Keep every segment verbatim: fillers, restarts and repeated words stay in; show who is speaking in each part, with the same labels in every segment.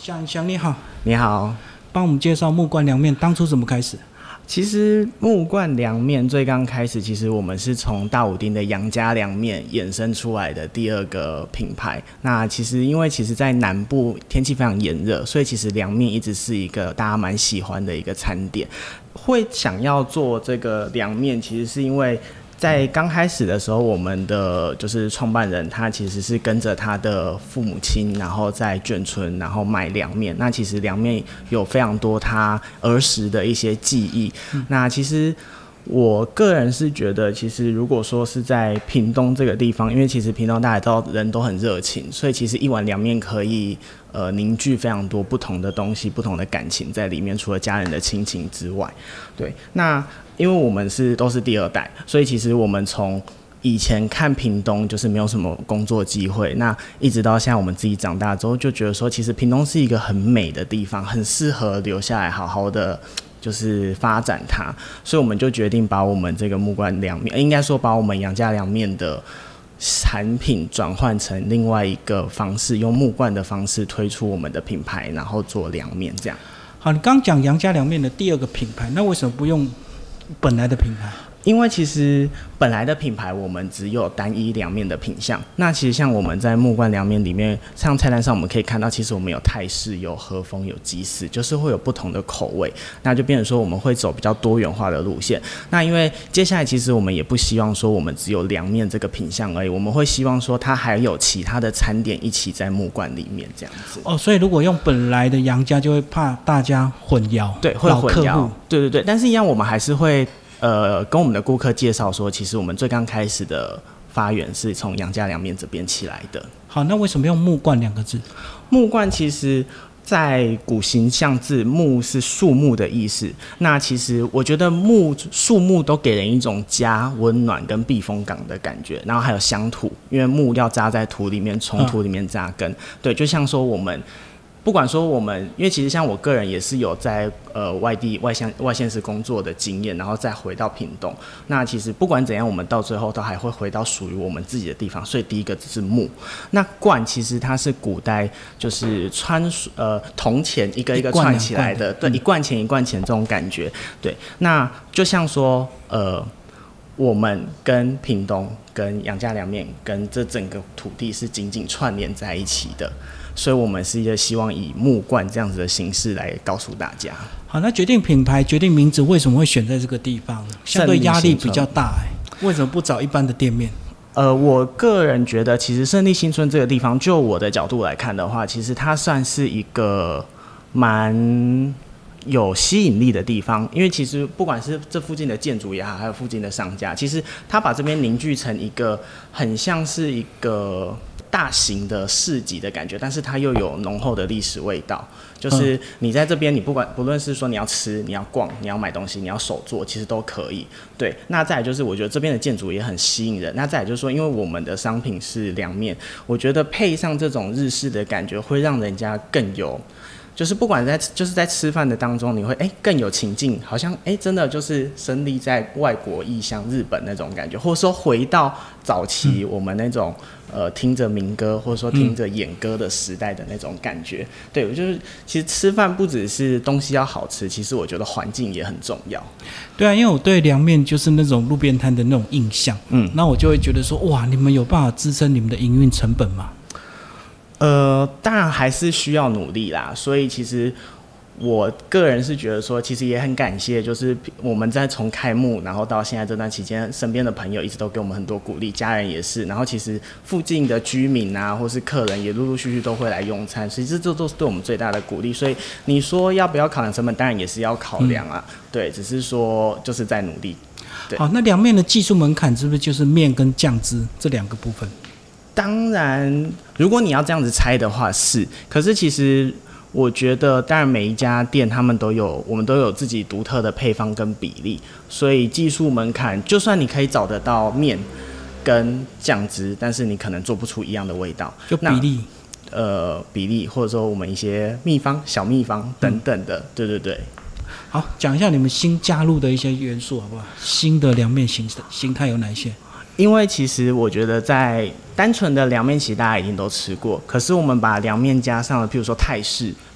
Speaker 1: 想想你好，
Speaker 2: 你好，
Speaker 1: 帮我们介绍木冠凉面当初怎么开始？
Speaker 2: 其实木冠凉面最刚开始，其实我们是从大武町的杨家凉面衍生出来的第二个品牌。那其实因为其实在南部天气非常炎热，所以其实凉面一直是一个大家蛮喜欢的一个餐点。会想要做这个凉面，其实是因为在刚开始的时候，我们的就是创办人，他其实是跟着他的父母亲，然后在眷村，然后卖凉面。那其实凉面有非常多他儿时的一些记忆。嗯、那其实我个人是觉得，其实如果说是在屏东这个地方，因为其实屏东大家知道人都很热情，所以其实一碗凉面可以呃凝聚非常多不同的东西、不同的感情在里面，除了家人的亲情之外，对，那。因为我们是都是第二代，所以其实我们从以前看屏东就是没有什么工作机会，那一直到现在我们自己长大之后，就觉得说其实屏东是一个很美的地方，很适合留下来好好的就是发展它，所以我们就决定把我们这个木冠凉面，应该说把我们杨家凉面的产品转换成另外一个方式，用木冠的方式推出我们的品牌，然后做凉面这样。
Speaker 1: 好，你刚讲杨家凉面的第二个品牌，那为什么不用本来的品牌？
Speaker 2: 因为其实本来的品牌我们只有单一凉面的品项，那其实像我们在木冠凉面里面，像菜单上我们可以看到，其实我们有泰式、有和风、有鸡式，就是会有不同的口味，那就变成说我们会走比较多元化的路线。那因为接下来其实我们也不希望说我们只有凉面这个品项而已，我们会希望说它还有其他的餐点一起在木冠里面这样子。
Speaker 1: 哦，所以如果用本来的杨家，就会怕大家混淆，
Speaker 2: 对，会混淆，对对对。但是一样，我们还是会。呃，跟我们的顾客介绍说，其实我们最刚开始的发源是从杨家凉面这边起来的。
Speaker 1: 好，那为什么用木冠两个字？
Speaker 2: 木冠其实在古形象字，木是树木的意思。那其实我觉得木树木都给人一种家、温暖跟避风港的感觉，然后还有乡土，因为木要扎在土里面，从土里面扎根。嗯、对，就像说我们。不管说我们，因为其实像我个人也是有在呃外地外乡外县市工作的经验，然后再回到屏东。那其实不管怎样，我们到最后都还会回到属于我们自己的地方。所以第一个是木，那冠其实它是古代就是穿呃铜钱一个一个串起来的，对，一贯钱一贯钱这种感觉。对，那就像说呃。我们跟屏东、跟杨家凉面、跟这整个土地是紧紧串联在一起的，所以我们是一个希望以木冠这样子的形式来告诉大家。
Speaker 1: 好，那决定品牌、决定名字，为什么会选在这个地方？相对压力比较大、欸，为什么不找一般的店面？
Speaker 2: 呃，我个人觉得，其实胜利新村这个地方，就我的角度来看的话，其实它算是一个蛮。有吸引力的地方，因为其实不管是这附近的建筑也好，还有附近的商家，其实他把这边凝聚成一个很像是一个大型的市集的感觉，但是它又有浓厚的历史味道。就是你在这边，你不管不论是说你要吃、你要逛、你要买东西、你要手做，其实都可以。对，那再来就是我觉得这边的建筑也很吸引人。那再来就是说，因为我们的商品是凉面，我觉得配上这种日式的感觉，会让人家更有。就是不管在就是在吃饭的当中，你会哎、欸、更有情境，好像哎、欸、真的就是身历在外国异乡日本那种感觉，或者说回到早期我们那种、嗯、呃听着民歌或者说听着演歌的时代的那种感觉。嗯、对，我就是其实吃饭不只是东西要好吃，其实我觉得环境也很重要。
Speaker 1: 对啊，因为我对凉面就是那种路边摊的那种印象，嗯，那我就会觉得说哇，你们有办法支撑你们的营运成本吗？
Speaker 2: 呃，当然还是需要努力啦，所以其实我个人是觉得说，其实也很感谢，就是我们在从开幕，然后到现在这段期间，身边的朋友一直都给我们很多鼓励，家人也是，然后其实附近的居民啊，或是客人也陆陆续续都会来用餐，其实这都是对我们最大的鼓励。所以你说要不要考量成本，当然也是要考量啊，嗯、对，只是说就是在努力。对，
Speaker 1: 好，那凉面的技术门槛是不是就是面跟酱汁这两个部分？
Speaker 2: 当然，如果你要这样子猜的话是，可是其实我觉得，当然每一家店他们都有，我们都有自己独特的配方跟比例，所以技术门槛，就算你可以找得到面跟酱汁，但是你可能做不出一样的味道，
Speaker 1: 就比例，
Speaker 2: 呃，比例或者说我们一些秘方、小秘方等等的，嗯、对对对。
Speaker 1: 好，讲一下你们新加入的一些元素好不好？新的凉面形形态有哪一些？
Speaker 2: 因为其实我觉得在单纯的凉面，其实大家已经都吃过，可是我们把凉面加上了，譬如说泰式。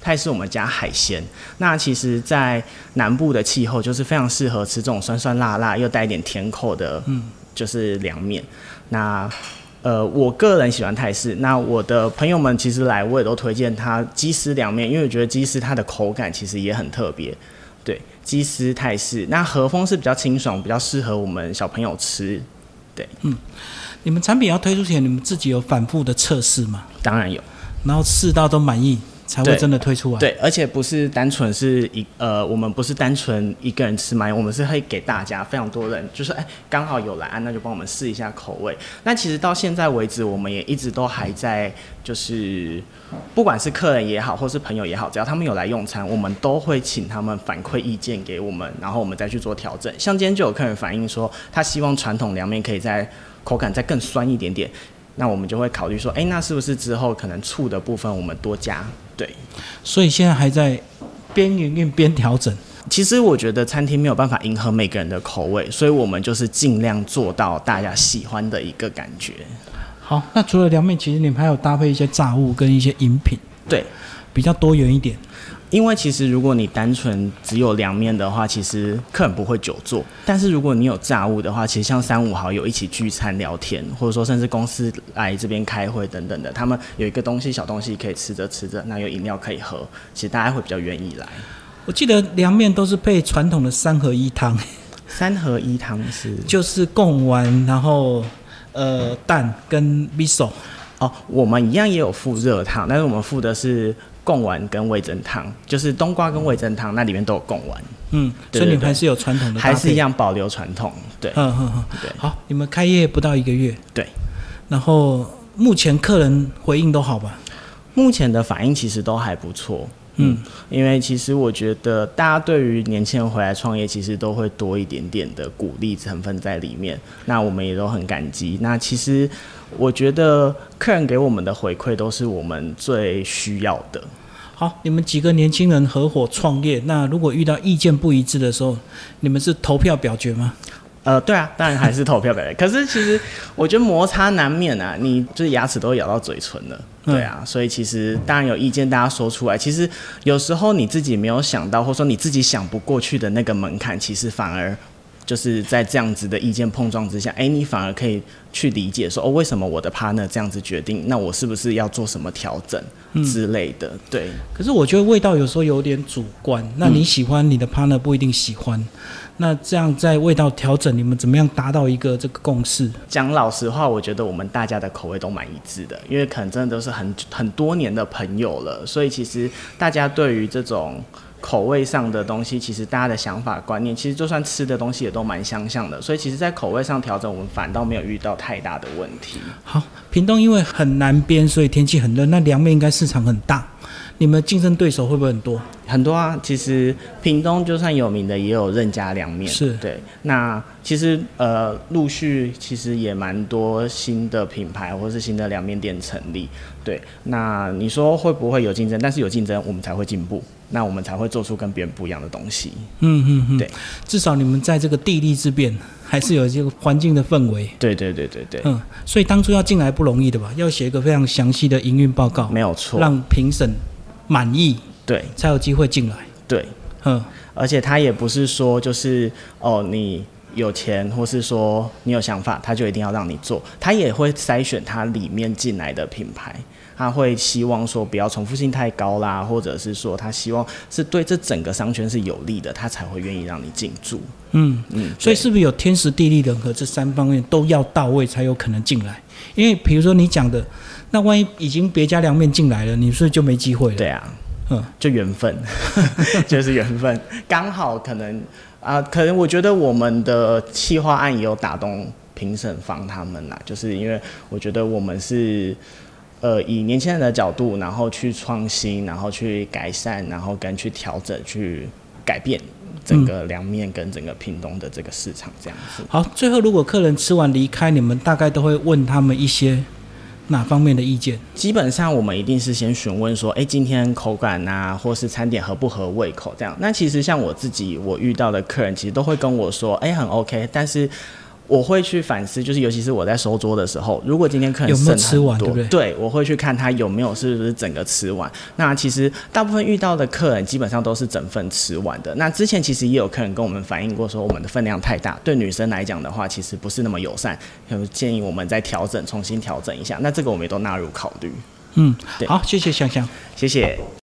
Speaker 2: 泰式我们加海鲜。那其实，在南部的气候就是非常适合吃这种酸酸辣辣又带一点甜口的，嗯，就是凉面。那呃，我个人喜欢泰式，那我的朋友们其实来我也都推荐他鸡丝凉面，因为我觉得鸡丝它的口感其实也很特别。对，鸡丝泰式，那和风是比较清爽，比较适合我们小朋友吃。对，
Speaker 1: 嗯，你们产品要推出前，你们自己有反复的测试吗？
Speaker 2: 当然有，
Speaker 1: 然后试到都满意。才会真的推出来。
Speaker 2: 对，而且不是单纯是一呃，我们不是单纯一个人吃嘛，我们是会给大家非常多人，就是哎刚好有来，那就帮我们试一下口味。那其实到现在为止，我们也一直都还在，就是不管是客人也好，或是朋友也好，只要他们有来用餐，我们都会请他们反馈意见给我们，然后我们再去做调整。像今天就有客人反映说，他希望传统凉面可以在口感再更酸一点点。那我们就会考虑说，哎、欸，那是不是之后可能醋的部分我们多加？对，
Speaker 1: 所以现在还在边营运边调整。
Speaker 2: 其实我觉得餐厅没有办法迎合每个人的口味，所以我们就是尽量做到大家喜欢的一个感觉。
Speaker 1: 好，那除了凉面，其实你们还有搭配一些炸物跟一些饮品，
Speaker 2: 对，
Speaker 1: 比较多元一点。
Speaker 2: 因为其实如果你单纯只有凉面的话，其实客人不会久坐。但是如果你有炸物的话，其实像三五好友一起聚餐聊天，或者说甚至公司来这边开会等等的，他们有一个东西小东西可以吃着吃着，那有饮料可以喝，其实大家会比较愿意来。
Speaker 1: 我记得凉面都是配传统的三合一汤，
Speaker 2: 三合一汤是
Speaker 1: 就是贡丸，然后呃蛋跟 miso。
Speaker 2: 哦，我们一样也有附热汤，但是我们附的是贡丸跟味噌汤，就是冬瓜跟味噌汤，那里面都有贡丸。嗯，
Speaker 1: 对对对，所以你们还是有传统的搭配，
Speaker 2: 还是一样保留传统。对，嗯嗯嗯，
Speaker 1: 对。好，你们开业不到一个月，
Speaker 2: 对。
Speaker 1: 然后目前客人回应都好吧？
Speaker 2: 目前的反应其实都还不错。嗯，因为其实我觉得大家对于年轻人回来创业，其实都会多一点点的鼓励成分在里面。那我们也都很感激。那其实我觉得客人给我们的回馈都是我们最需要的。
Speaker 1: 好，你们几个年轻人合伙创业，那如果遇到意见不一致的时候，你们是投票表决吗？
Speaker 2: 呃，对啊，当然还是投票表决。可是其实我觉得摩擦难免啊，你就是牙齿都咬到嘴唇了，对啊，嗯、所以其实当然有意见，大家说出来。其实有时候你自己没有想到，或者说你自己想不过去的那个门槛，其实反而就是在这样子的意见碰撞之下，哎，你反而可以去理解说，哦，为什么我的 partner 这样子决定？那我是不是要做什么调整之类的？嗯、对。
Speaker 1: 可是我觉得味道有时候有点主观，那你喜欢，你的 partner 不一定喜欢。那这样在味道调整，你们怎么样达到一个这个共识？
Speaker 2: 讲老实话，我觉得我们大家的口味都蛮一致的，因为可能真的都是很很多年的朋友了，所以其实大家对于这种口味上的东西，其实大家的想法观念，其实就算吃的东西也都蛮相像的，所以其实在口味上调整，我们反倒没有遇到太大的问题。
Speaker 1: 好，屏东因为很南边，所以天气很热，那凉面应该市场很大。你们竞争对手会不会很多？
Speaker 2: 很多啊，其实屏东就算有名的，也有任家凉面。
Speaker 1: 是，
Speaker 2: 对。那其实呃，陆续其实也蛮多新的品牌或是新的凉面店成立。对，那你说会不会有竞争？但是有竞争，我们才会进步，那我们才会做出跟别人不一样的东西。
Speaker 1: 嗯嗯嗯，
Speaker 2: 对。
Speaker 1: 至少你们在这个地利之变，还是有这个环境的氛围。
Speaker 2: 对对对对对。
Speaker 1: 嗯，所以当初要进来不容易的吧？要写一个非常详细的营运报告，
Speaker 2: 没有错，
Speaker 1: 让评审满意，
Speaker 2: 对，
Speaker 1: 才有机会进来。
Speaker 2: 对，嗯，而且他也不是说就是哦，你有钱或是说你有想法，他就一定要让你做，他也会筛选他里面进来的品牌，他会希望说不要重复性太高啦，或者是说他希望是对这整个商圈是有利的，他才会愿意让你进驻。
Speaker 1: 嗯嗯，所以是不是有天时地利人和这三方面都要到位，才有可能进来？因为比如说你讲的，那万一已经别家凉面进来了，你是不是就没机会了？
Speaker 2: 对啊，嗯，就缘分，就是缘分，刚好可能啊、呃，可能我觉得我们的企划案也有打动评审方他们啦，就是因为我觉得我们是呃以年轻人的角度，然后去创新，然后去改善，然后跟去调整，去改变整个凉面跟整个屏东的这个市场这样子。
Speaker 1: 好，最后如果客人吃完离开，你们大概都会问他们一些哪方面的意见？
Speaker 2: 基本上我们一定是先询问说，哎、欸，今天口感啊，或是餐点合不合胃口这样。那其实像我自己，我遇到的客人其实都会跟我说，哎、欸，很 OK， 但是我会去反思，就是尤其是我在收桌的时候，如果今天客人剩很多，
Speaker 1: 有没有吃完，对不对？
Speaker 2: 对，我会去看他有没有是不是整个吃完。那其实大部分遇到的客人基本上都是整份吃完的。那之前其实也有客人跟我们反映过，说我们的分量太大，对女生来讲的话，其实不是那么友善，有建议我们再调整，重新调整一下。那这个我们也都纳入考虑。
Speaker 1: 嗯，好，谢谢香香，
Speaker 2: 谢谢。